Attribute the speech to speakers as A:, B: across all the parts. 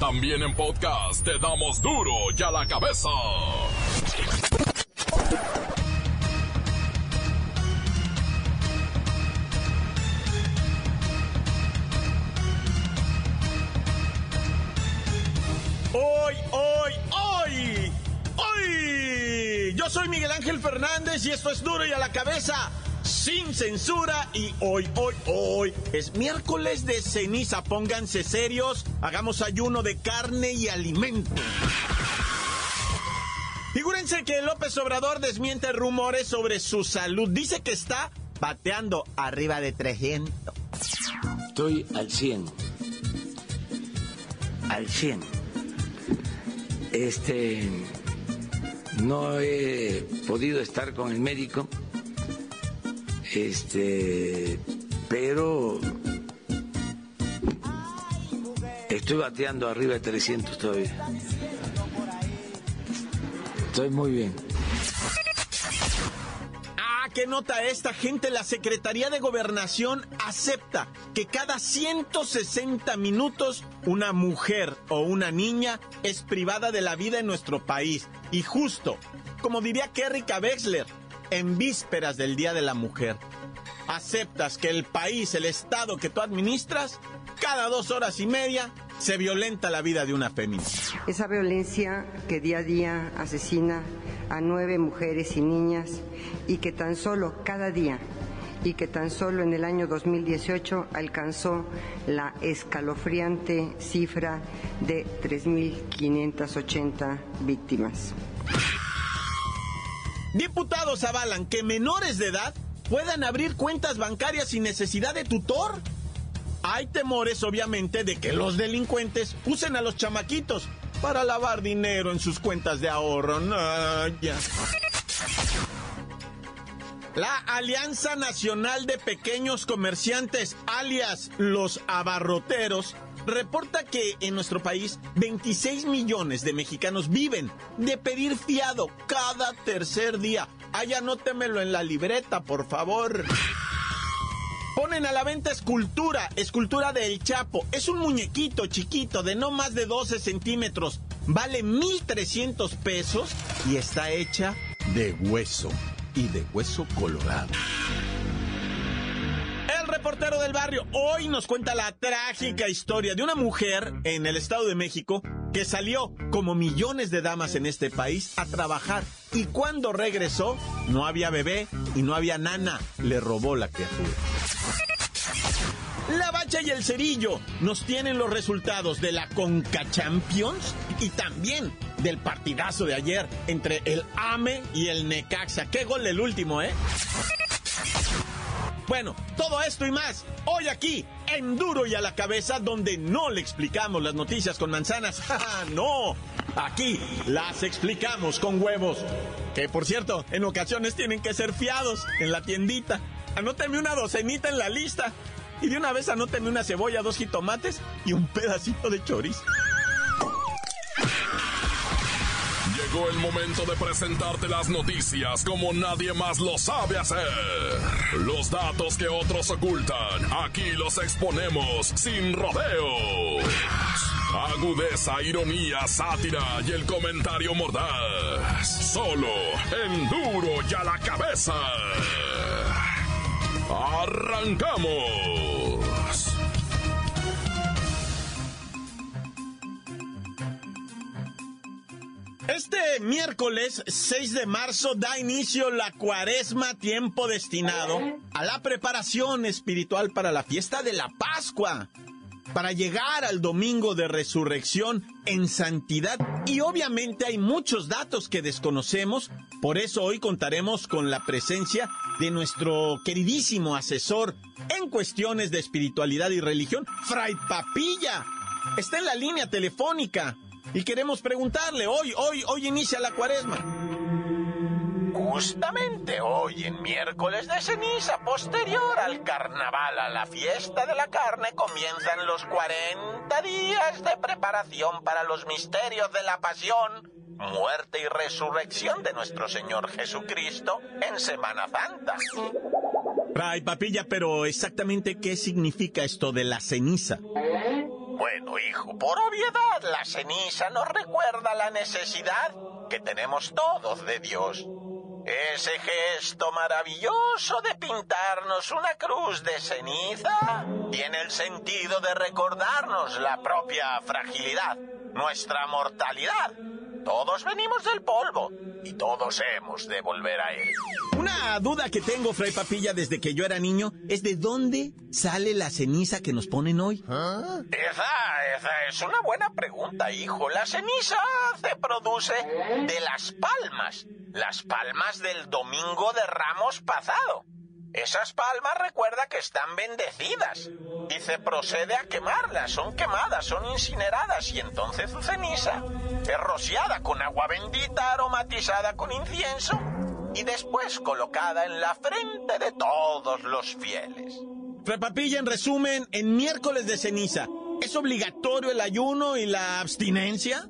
A: También en podcast te damos duro y a la cabeza.
B: Hoy. Yo soy Miguel Ángel Fernández y esto es Duro y a la Cabeza, sin censura. Y hoy es miércoles de ceniza. Pónganse serios, hagamos ayuno de carne y alimento. Figúrense que López Obrador desmiente rumores sobre su salud. Dice que está bateando arriba de 300.
C: Estoy al 100. Al 100. No he podido estar con el médico, pero estoy bateando arriba de 300 todavía. Estoy muy bien.
B: ¿Qué nota esta gente? La Secretaría de Gobernación acepta que cada 160 minutos una mujer o una niña es privada de la vida en nuestro país. Y justo, como diría Kerry Wexler, en vísperas del Día de la Mujer, aceptas que el país, el estado que tú administras, cada 2 horas y media se violenta la vida de una fémina.
D: Esa violencia que día a día asesina a 9 mujeres y niñas y que tan solo cada día y que tan solo en el año 2018 alcanzó la escalofriante cifra de 3.580 víctimas.
B: Diputados avalan que menores de edad puedan abrir cuentas bancarias sin necesidad de tutor. Hay temores, obviamente, de que los delincuentes usen a los chamaquitos para lavar dinero en sus cuentas de ahorro. No, ya. La Alianza Nacional de Pequeños Comerciantes, alias los abarroteros, reporta que en nuestro país 26 millones de mexicanos viven de pedir fiado cada tercer día. Ay, anótemelo en la libreta, por favor. Ponen a la venta escultura del Chapo. Es un muñequito chiquito de no más de 12 centímetros. Vale 1,300 pesos y está hecha de hueso y de hueso colorado. El reportero del barrio hoy nos cuenta la trágica historia de una mujer en el Estado de México que salió, como millones de damas en este país, a trabajar. Y cuando regresó, no había bebé y no había nana. Le robó la criatura. La Bacha y el Cerillo nos tienen los resultados de la Conca Champions y también del partidazo de ayer entre el AME y el Necaxa. ¡Qué gol el último, eh! Bueno, todo esto y más, hoy aquí, en Duro y a la Cabeza, donde no le explicamos las noticias con manzanas. ¡No! Aquí las explicamos con huevos. Que, por cierto, en ocasiones tienen que ser fiados en la tiendita. Anóteme una docenita en la lista. Y de una vez anóteme una cebolla, 2 jitomates y un pedacito de chorizo.
A: Llegó el momento de presentarte las noticias como nadie más lo sabe hacer. Los datos que otros ocultan, aquí los exponemos sin rodeos. Agudeza, ironía, sátira y el comentario mordaz. Solo en Duro y a la Cabeza. ¡Arrancamos!
B: Este miércoles 6 de marzo da inicio la Cuaresma, tiempo destinado a la preparación espiritual para la fiesta de la Pascua, para llegar al domingo de resurrección en santidad. Y obviamente hay muchos datos que desconocemos, por eso hoy contaremos con la presencia de nuestro queridísimo asesor en cuestiones de espiritualidad y religión, Fray Papilla. Está en la línea telefónica y queremos preguntarle, hoy inicia la Cuaresma.
E: Justamente hoy, en miércoles de ceniza, posterior al carnaval, a la fiesta de la carne, comienzan los 40 días de preparación para los misterios de la pasión, muerte y resurrección de nuestro Señor Jesucristo en Semana Santa.
B: Fray Papilla, pero exactamente ¿qué significa esto de la ceniza?
E: Bueno, hijo, por obviedad, la ceniza nos recuerda la necesidad que tenemos todos de Dios. Ese gesto maravilloso de pintarnos una cruz de ceniza tiene el sentido de recordarnos la propia fragilidad, nuestra mortalidad. Todos venimos del polvo y todos hemos de volver a él.
B: Una duda que tengo, Fray Papilla, desde que yo era niño, es ¿de dónde sale la ceniza que nos ponen hoy?
E: Esa es una buena pregunta, hijo. La ceniza se produce de las palmas del Domingo de Ramos pasado. Esas palmas recuerda que están bendecidas y se procede a quemarlas, son quemadas, son incineradas y entonces su ceniza es rociada con agua bendita aromatizada con incienso y después colocada en la frente de todos los fieles.
B: Fray Papilla, en resumen, en miércoles de ceniza, ¿es obligatorio el ayuno y la abstinencia?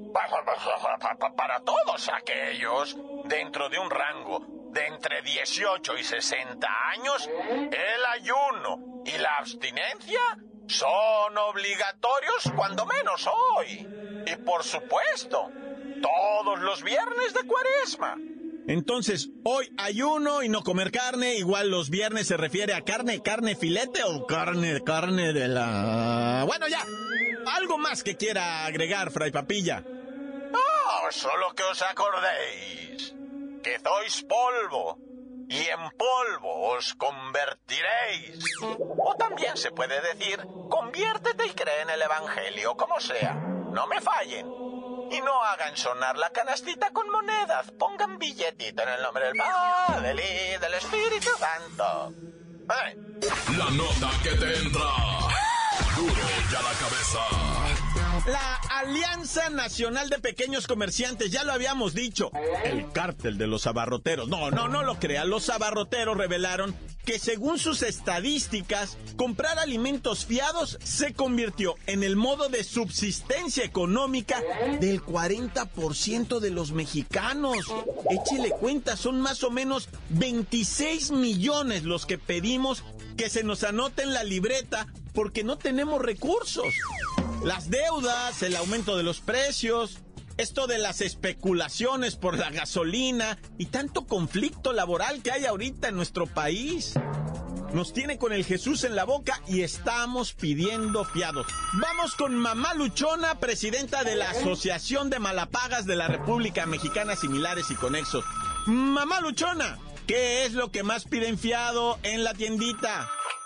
E: Para todos aquellos dentro de un rango de entre 18 y 60 años, el ayuno y la abstinencia son obligatorios cuando menos hoy. Y por supuesto, todos los viernes de Cuaresma.
B: Entonces, hoy ayuno y no comer carne, igual los viernes se refiere a carne filete o carne de la... Bueno, ya, algo más que quiera agregar, Fray Papilla.
E: No, solo que os acordéis que sois polvo, y en polvo os convertiréis. O también se puede decir, conviértete y cree en el Evangelio, como sea. No me fallen. Y no hagan sonar la canastita con monedas. Pongan billetito en el nombre del Padre, del Hijo y del Espíritu Santo.
A: La nota que te entra. Duro ya la cabeza.
B: La Alianza Nacional de Pequeños Comerciantes, ya lo habíamos dicho, el cártel de los abarroteros. No lo crean, los abarroteros revelaron que según sus estadísticas, comprar alimentos fiados se convirtió en el modo de subsistencia económica del 40% de los mexicanos. Échele cuenta, son más o menos 26 millones los que pedimos que se nos anote en la libreta porque no tenemos recursos. Las deudas, el aumento de los precios, esto de las especulaciones por la gasolina y tanto conflicto laboral que hay ahorita en nuestro país nos tiene con el Jesús en la boca y estamos pidiendo fiados. Vamos con Mamá Luchona, presidenta de la Asociación de Malapagas de la República Mexicana Similares y Conexos. Mamá Luchona, ¿qué es lo que más piden fiado en la tiendita?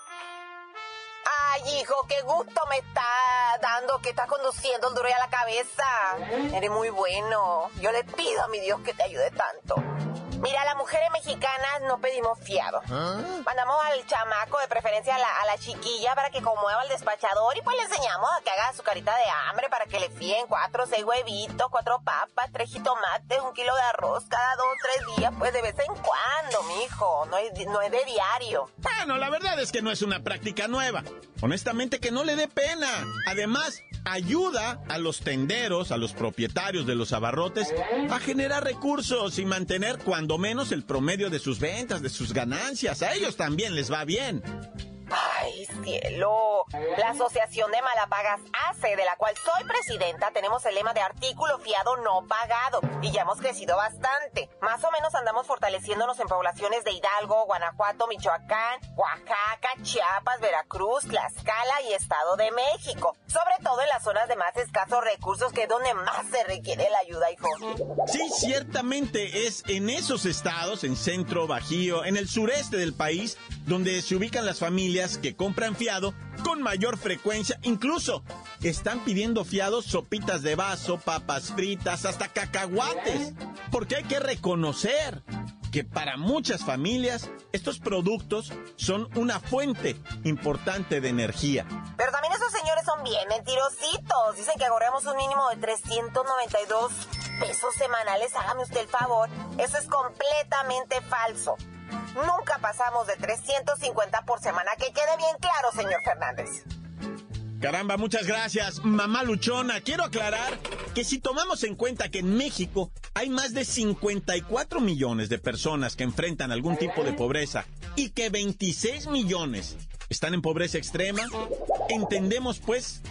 F: Ay, hijo, qué gusto me está dando que estás conduciendo el duro y a la cabeza. Eres muy bueno. Yo le pido a mi Dios que te ayude tanto. Mira, las mujeres mexicanas no pedimos fiado. Mandamos al chamaco, de preferencia a la chiquilla, para que conmueva al despachador y pues le enseñamos a que haga su carita de hambre para que le fíen 4 o 6 huevitos, 4 papas, 3 jitomates, 1 kilo de arroz cada 2 o 3 días, pues de vez en cuando, mijo. No es de diario.
B: Bueno, la verdad es que no es una práctica nueva. Honestamente, que no le dé pena. Además, ayuda a los tenderos, a los propietarios de los abarrotes, a generar recursos y mantener cuando menos el promedio de sus ventas, de sus ganancias. A ellos también les va bien.
F: Ay, cielo. La Asociación de Malapagas ACE, de la cual soy presidenta, tenemos el lema de artículo fiado no pagado y ya hemos crecido bastante. Más o menos andamos fortaleciéndonos en poblaciones de Hidalgo, Guanajuato, Michoacán, Oaxaca, Chiapas, Veracruz, Tlaxcala y Estado de México. Sobre todo en las zonas de más escasos recursos, que es donde más se requiere la ayuda, hijo.
B: Sí, ciertamente es en esos estados, en Centro, Bajío, en el sureste del país, donde se ubican las familias que compran fiado con mayor frecuencia. Incluso están pidiendo fiados sopitas de vaso, papas fritas, hasta cacahuates. Porque hay que reconocer que para muchas familias estos productos son una fuente importante de energía.
F: Pero también esos señores son bien mentirositos. Dicen que ahorramos un mínimo de 392 pesos semanales. Hágame usted el favor. Eso es completamente falso. Nunca pasamos de 350 por semana. Que quede bien claro, señor Fernández.
B: Caramba, muchas gracias, Mamá Luchona. Quiero aclarar que si tomamos en cuenta que en México hay más de 54 millones de personas que enfrentan algún tipo de pobreza y que 26 millones están en pobreza extrema, entendemos pues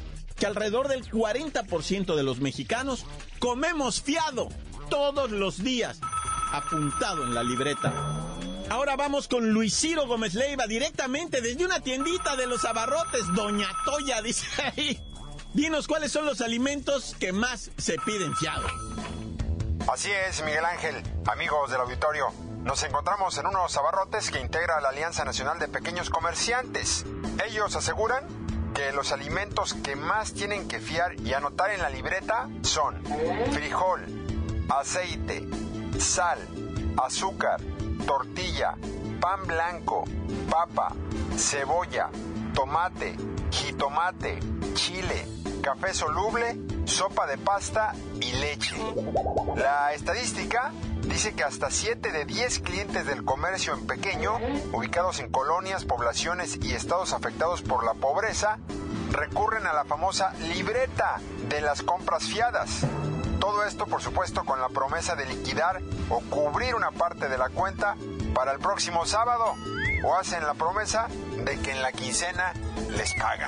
B: que alrededor del 40% de los mexicanos comemos fiado todos los días, apuntado en la libreta. Ahora vamos con Luis Ciro Gómez Leiva, directamente desde una tiendita de los abarrotes, Doña Toya, dice ahí. Dinos cuáles son los alimentos que más se piden fiado.
G: Así es, Miguel Ángel, amigos del auditorio. Nos encontramos en unos abarrotes que integra la Alianza Nacional de Pequeños Comerciantes. Ellos aseguran que los alimentos que más tienen que fiar y anotar en la libreta son frijol, aceite, sal, azúcar, tortilla, pan blanco, papa, cebolla, tomate, jitomate, chile, café soluble, sopa de pasta y leche. La estadística dice que hasta 7 de 10 clientes del comercio en pequeño, ubicados en colonias, poblaciones y estados afectados por la pobreza, recurren a la famosa libreta de las compras fiadas. Todo esto, por supuesto, con la promesa de liquidar o cubrir una parte de la cuenta para el próximo sábado, o hacen la promesa de que en la quincena les pagan.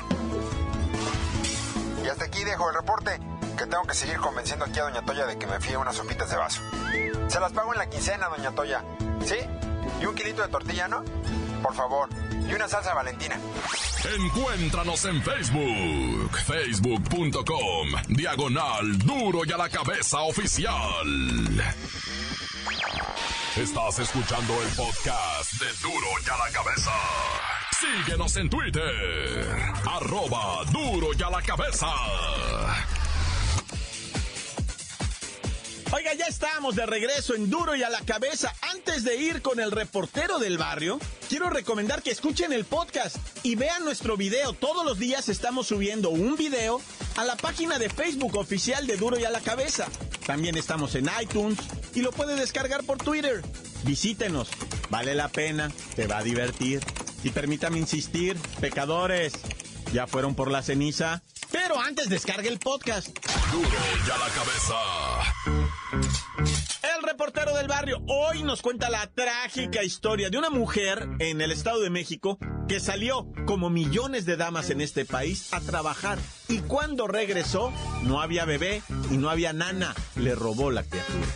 G: Y hasta aquí dejo el reporte, que tengo que seguir convenciendo aquí a Doña Toya de que me fíe unas sopitas de vaso. Se las pago en la quincena, Doña Toya. ¿Sí? Y un kilito de tortilla, ¿no? Por favor. Y una salsa Valentina.
A: Encuéntranos en Facebook, facebook.com/Duro y a la Cabeza Oficial. Estás escuchando el podcast de Duro y a la Cabeza. Síguenos en Twitter, @Duro y a la Cabeza.
B: Oiga, ya estamos de regreso en Duro y a la Cabeza. Antes de ir con el reportero del barrio, quiero recomendar que escuchen el podcast y vean nuestro video. Todos los días estamos subiendo un video a la página de Facebook oficial de Duro y a la Cabeza. También estamos en iTunes y lo puedes descargar por Twitter. Visítenos, vale la pena, te va a divertir. Y permítame insistir, pecadores, ¿ya fueron por la ceniza? Pero antes descargue el podcast.
A: Duro y a la Cabeza.
B: El reportero del barrio hoy nos cuenta la trágica historia de una mujer en el Estado de México que salió, como millones de damas en este país, a trabajar. Y cuando regresó, no había bebé y no había nana. Le robó la criatura.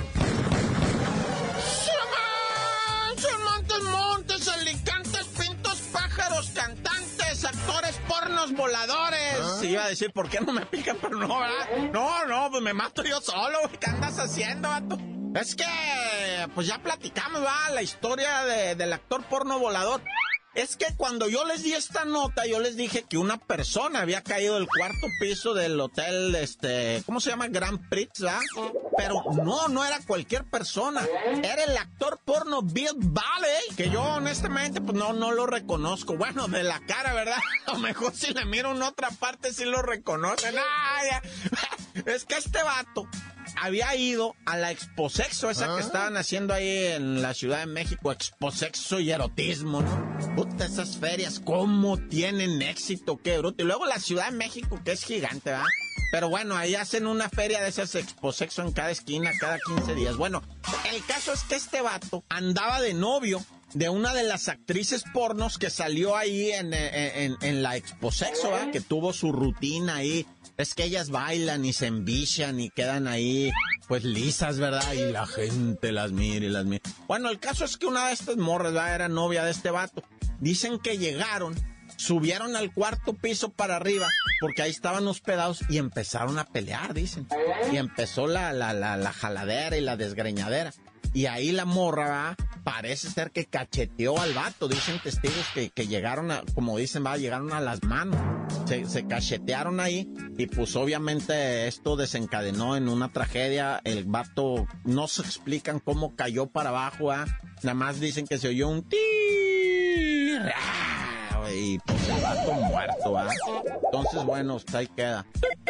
B: Montes, alicantes, pintos, pájaros, cantantes, actores, pornos, voladores. Se iba a decir, ¿por qué no me pican? Pero no, ¿verdad? No, pues me mato yo solo, güey. ¿Qué andas haciendo, vato? Es que, pues ya platicamos, va, la historia del actor porno volador. Es que cuando yo les di esta nota, yo les dije que una persona había caído del cuarto piso del hotel, ¿cómo se llama? Grand Prix, ¿verdad? Pero no era cualquier persona. Era el actor porno Bill Valley, que yo honestamente, pues no lo reconozco. Bueno, de la cara, ¿verdad? A lo mejor si le miro en otra parte sí lo reconocen. Es que este vato había ido a la Exposexo, esa que estaban haciendo ahí en la Ciudad de México, Exposexo y erotismo, ¿no? Puta, esas ferias, ¿cómo tienen éxito? Qué bruto. Y luego la Ciudad de México, que es gigante, ¿verdad? Pero bueno, ahí hacen una feria de esas Exposexo en cada esquina, cada 15 días. Bueno, el caso es que este vato andaba de novio de una de las actrices pornos que salió ahí en la Exposexo, ¿verdad? Que tuvo su rutina ahí. Es que ellas bailan y se envician y quedan ahí, pues, lisas, ¿verdad? Y la gente las mira y las mira. Bueno, el caso es que una de estas morras, ¿verdad? Era novia de este vato. Dicen que llegaron, subieron al cuarto piso para arriba, porque ahí estaban hospedados y empezaron a pelear, dicen. Y empezó la jaladera y la desgreñadera. Y ahí la morra, ¿verdad? Parece ser que cacheteó al vato. Dicen testigos que llegaron como dicen, llegaron a las manos. Se cachetearon ahí y pues obviamente esto desencadenó en una tragedia. El vato, no se explican cómo cayó para abajo, nada más dicen que se oyó un tir y pues el vato muerto, Entonces bueno, ahí queda.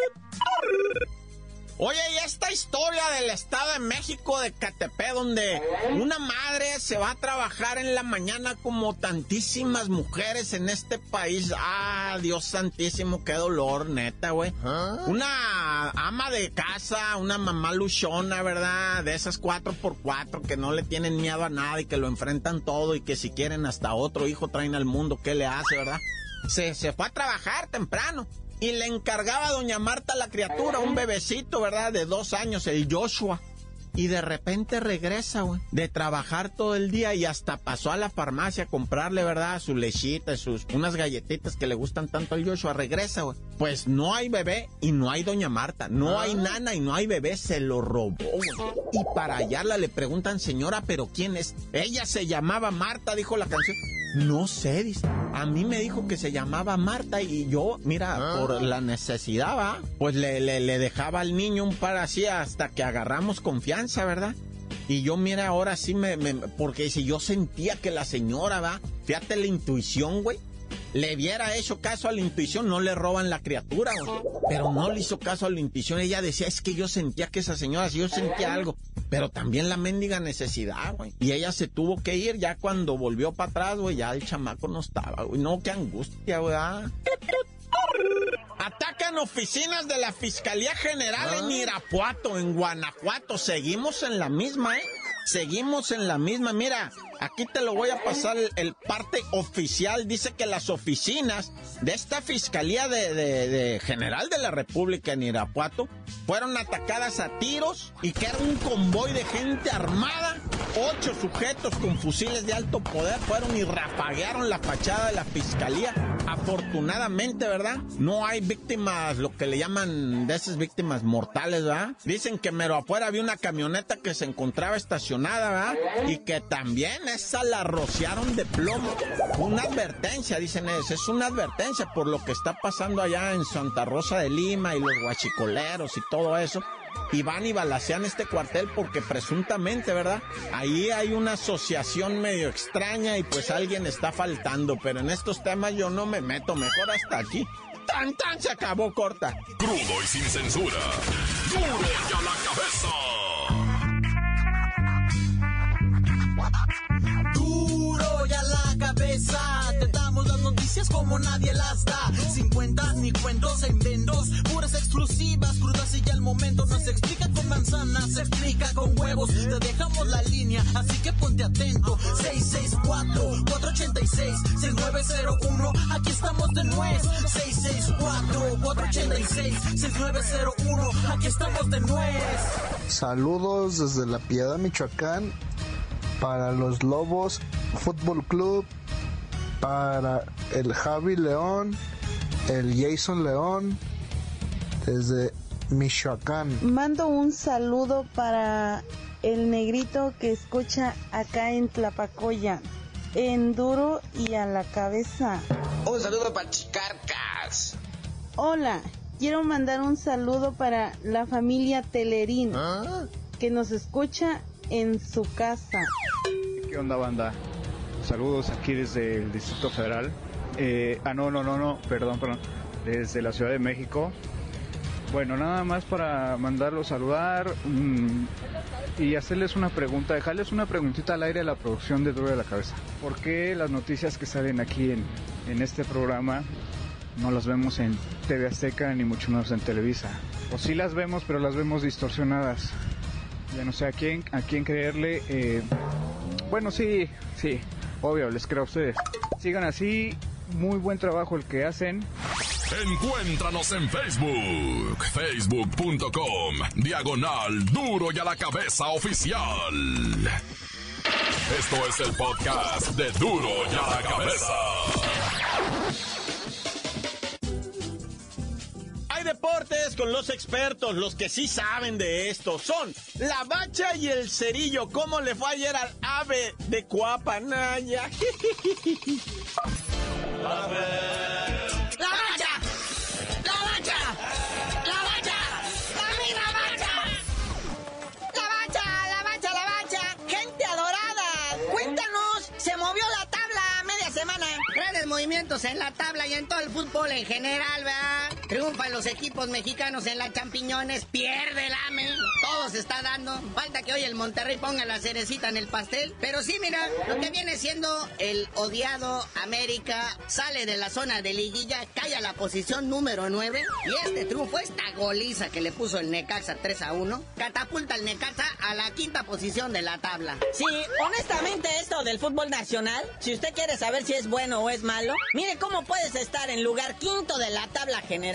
B: Oye, y esta historia del Estado de México, de Catepec, donde una madre se va a trabajar en la mañana como tantísimas mujeres en este país. Ah, Dios santísimo, qué dolor, neta, güey. Una ama de casa, una mamá luchona, ¿verdad? De esas 4x4 que no le tienen miedo a nada y que lo enfrentan todo y que si quieren hasta otro hijo traen al mundo, ¿qué le hace, verdad? Se fue a trabajar temprano. y le encargaba a doña Marta la criatura, un bebecito, ¿verdad? De 2 años, el Joshua. Y de repente regresa, güey, de trabajar todo el día y hasta pasó a la farmacia a comprarle, ¿verdad? Su lechita, unas galletitas que le gustan tanto al Joshua. Regresa, güey. Pues no hay bebé y no hay doña Marta. No hay nana y no hay bebé. Se lo robó, güey. Y para hallarla le preguntan, señora, ¿pero quién es? Ella se llamaba Marta, dijo la canción. No sé, dice. A mí me dijo que se llamaba Marta y yo, mira, por la necesidad, ¿va? Pues le dejaba al niño un par así hasta que agarramos confianza, ¿verdad? Y yo, mira, ahora sí porque si yo sentía que la señora, ¿va? Fíjate la intuición, güey. Le hubiera hecho caso a la intuición, no le roban la criatura, güey. Pero no le hizo caso a la intuición. Ella decía, es que yo sentía que esa señora, si yo sentía algo. Pero también la mendiga necesidad, güey. Y ella se tuvo que ir ya cuando volvió para atrás, güey. Ya el chamaco no estaba, güey. No, qué angustia, güey. Atacan oficinas de la Fiscalía General en Irapuato, en Guanajuato. Seguimos en la misma, ¿eh? Seguimos en la misma. Mira, aquí te lo voy a pasar el parte oficial. Dice que las oficinas de esta Fiscalía de General de la República en Irapuato fueron atacadas a tiros y que era un convoy de gente armada. 8 sujetos con fusiles de alto poder fueron y rafaguearon la fachada de la Fiscalía. Afortunadamente, ¿verdad? No hay víctimas, lo que le llaman de esas víctimas mortales, ¿verdad? Dicen que mero afuera había una camioneta que se encontraba estacionada, ¿verdad? Y que también esa la rociaron de plomo. Una advertencia, dicen ellos, es una advertencia por lo que está pasando allá en Santa Rosa de Lima y los guachicoleros y todo eso. Y van y balacean este cuartel porque presuntamente, ¿verdad? Ahí hay una asociación medio extraña y pues alguien está faltando. Pero en estos temas yo no me meto, mejor hasta aquí. ¡Tan, tan! Se acabó, corta.
A: Crudo y sin censura. ¡Duro y a la cabeza!
H: Duro y a la cabeza. Te damos las noticias como nadie las da. Sin cuentas ni cuentos e inventos. Puras exclusivas, crudas y ya el momento. No se explica con manzanas, se explica con huevos. Te dejamos la línea, así que ponte atento. 664-486-6901. Aquí estamos de nuez. 664-486-6901. Aquí estamos de nuez.
I: Saludos desde La Piedad, Michoacán. Para los Lobos Fútbol Club, para el Javi León, el Jason León, desde Michoacán.
J: Mando un saludo para el negrito que escucha acá en Tlapacoya, en Duro y a la Cabeza.
K: Un saludo para Chicarcas.
J: Hola, quiero mandar un saludo para la familia Telerín, que nos escucha en su casa.
L: ¿Qué onda, banda? Saludos aquí desde el Distrito Federal. Perdón. Desde la Ciudad de México. Bueno, nada más para mandarlos a saludar y hacerles una pregunta, dejarles una preguntita al aire a la producción de Duro de la Cabeza. ¿Por qué las noticias que salen aquí en este programa no las vemos en TV Azteca ni mucho menos en Televisa? O sí las vemos, pero las vemos distorsionadas. Ya no sé a quién creerle. Bueno, sí, obvio, les creo a ustedes. Sigan así, muy buen trabajo el que hacen.
A: Encuéntranos en Facebook, facebook.com/Duro y a la Cabeza Oficial. Esto es el podcast de Duro y a la Cabeza.
B: Deportes con los expertos, los que sí saben de esto, son la Bacha y el Cerillo. ¿Cómo le fue ayer al Ave de Coapanaya?
H: ¡La Bacha! ¡La Bacha! ¡La Bacha! ¡La misma Bacha!
F: ¡La Bacha! ¡La Bacha! ¡La Bacha! ¡Gente adorada! Cuéntanos, ¿se movió la tabla a media semana?
M: Grandes movimientos en la tabla y en todo el fútbol en general, ¿verdad? Triunfan los equipos mexicanos en la Champiñones, pierde el AME, todo se está dando. Falta que hoy el Monterrey ponga la cerecita en el pastel. Pero sí, mira, lo que viene siendo el odiado América sale de la zona de liguilla, cae a la posición número 9. Y este triunfo, esta goliza que le puso el Necaxa 3-1, catapulta al Necaxa a la 5ª posición de la tabla.
F: Sí, honestamente esto del fútbol nacional, si usted quiere saber si es bueno o es malo, mire cómo puedes estar en lugar 5º de la tabla general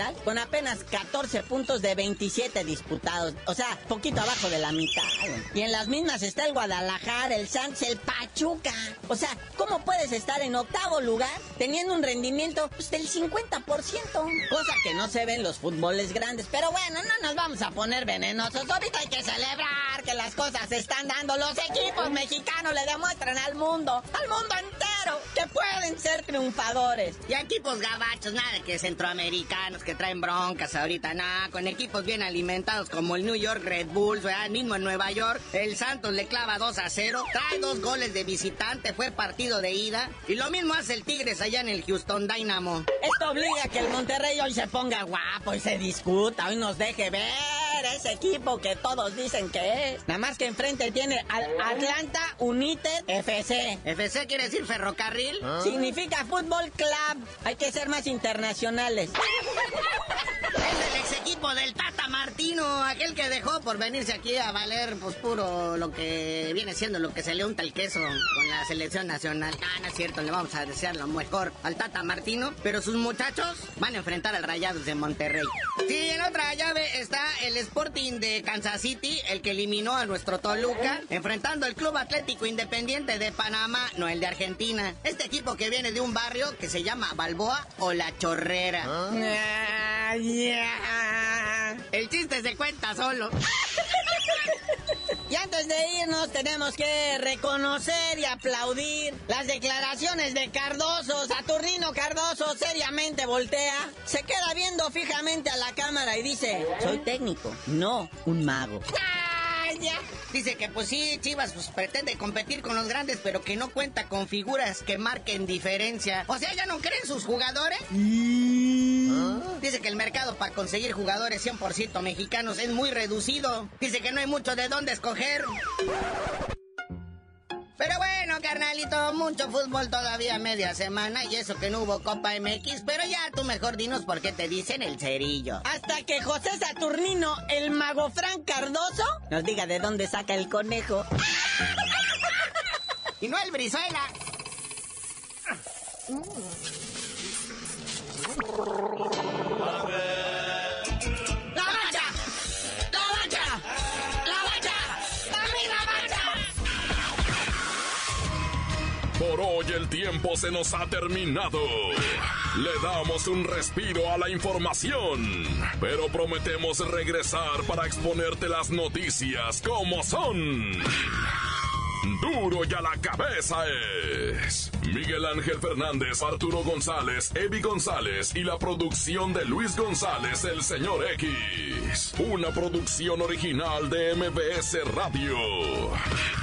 M: lugar con apenas 14 puntos de 27 disputados. O sea, poquito abajo de la mitad. Y en las mismas está el Guadalajara, el Santos, el Pachuca. O sea, ¿cómo puedes estar en octavo lugar teniendo un rendimiento del 50%? Cosa que no se ve en los fútboles grandes. Pero bueno, no nos vamos a poner venenosos. Ahorita hay que celebrar que las cosas se están dando. Los equipos mexicanos le demuestran al mundo entero, que pueden ser triunfadores.
N: Y equipos gabachos, nada de que centroamericanos que traen broncas ahorita, nada, con equipos bien alimentados como el New York Red Bulls, ¿verdad? Mismo en Nueva York, el Santos le clava 2-0, trae 2 goles de visitante, fue partido de ida, y lo mismo hace el Tigres allá en el Houston Dynamo.
M: Esto obliga a que el Monterrey hoy se ponga guapo y se discuta, hoy nos deje ver ese equipo que todos dicen que es. Nada más que enfrente tiene al Atlanta United FC.
N: ¿FC quiere decir ferrocarril?
M: Significa Fútbol Club. Hay que ser más internacionales.
N: Es el ex equipo del Tata Martino, aquel que dejó por venirse aquí a valer, pues puro lo que viene siendo lo que se le unta el queso con la selección nacional. Ah, no es cierto, le vamos a desear lo mejor al Tata Martino, pero sus muchachos van a enfrentar al Rayados de Monterrey. Sí, en otra llave está el Sporting de Kansas City, el que eliminó a nuestro Toluca, enfrentando al Club Atlético Independiente de Panamá, no el de Argentina. Este equipo que viene de un barrio que se llama Balboa o La Chorrera. El chiste se cuenta solo.
M: Y antes de irnos tenemos que reconocer y aplaudir las declaraciones de Cardoso. Saturnino Cardoso seriamente voltea, se queda viendo fijamente a la cámara y dice: soy técnico, no un mago.
N: Dice que pues sí, Chivas pues pretende competir con los grandes, pero que no cuenta con figuras que marquen diferencia. O sea, ¿ya no creen sus jugadores? Dice que el mercado para conseguir jugadores 100% mexicanos es muy reducido. Dice que no hay mucho de dónde escoger. Pero bueno, carnalito, mucho fútbol todavía media semana y eso que no hubo Copa MX, pero ya tú mejor dinos por qué te dicen el Cerillo.
M: Hasta que José Saturnino, el mago Fran Cardoso, nos diga de dónde saca el conejo.
N: Y no el Brizuela.
A: Por hoy el tiempo se nos ha terminado. Le damos un respiro a la información, pero prometemos regresar para exponerte las noticias como son. Duro y a la cabeza es Miguel Ángel Fernández, Arturo González, Evi González y la producción de Luis González, el señor X. Una producción original de MBS Radio.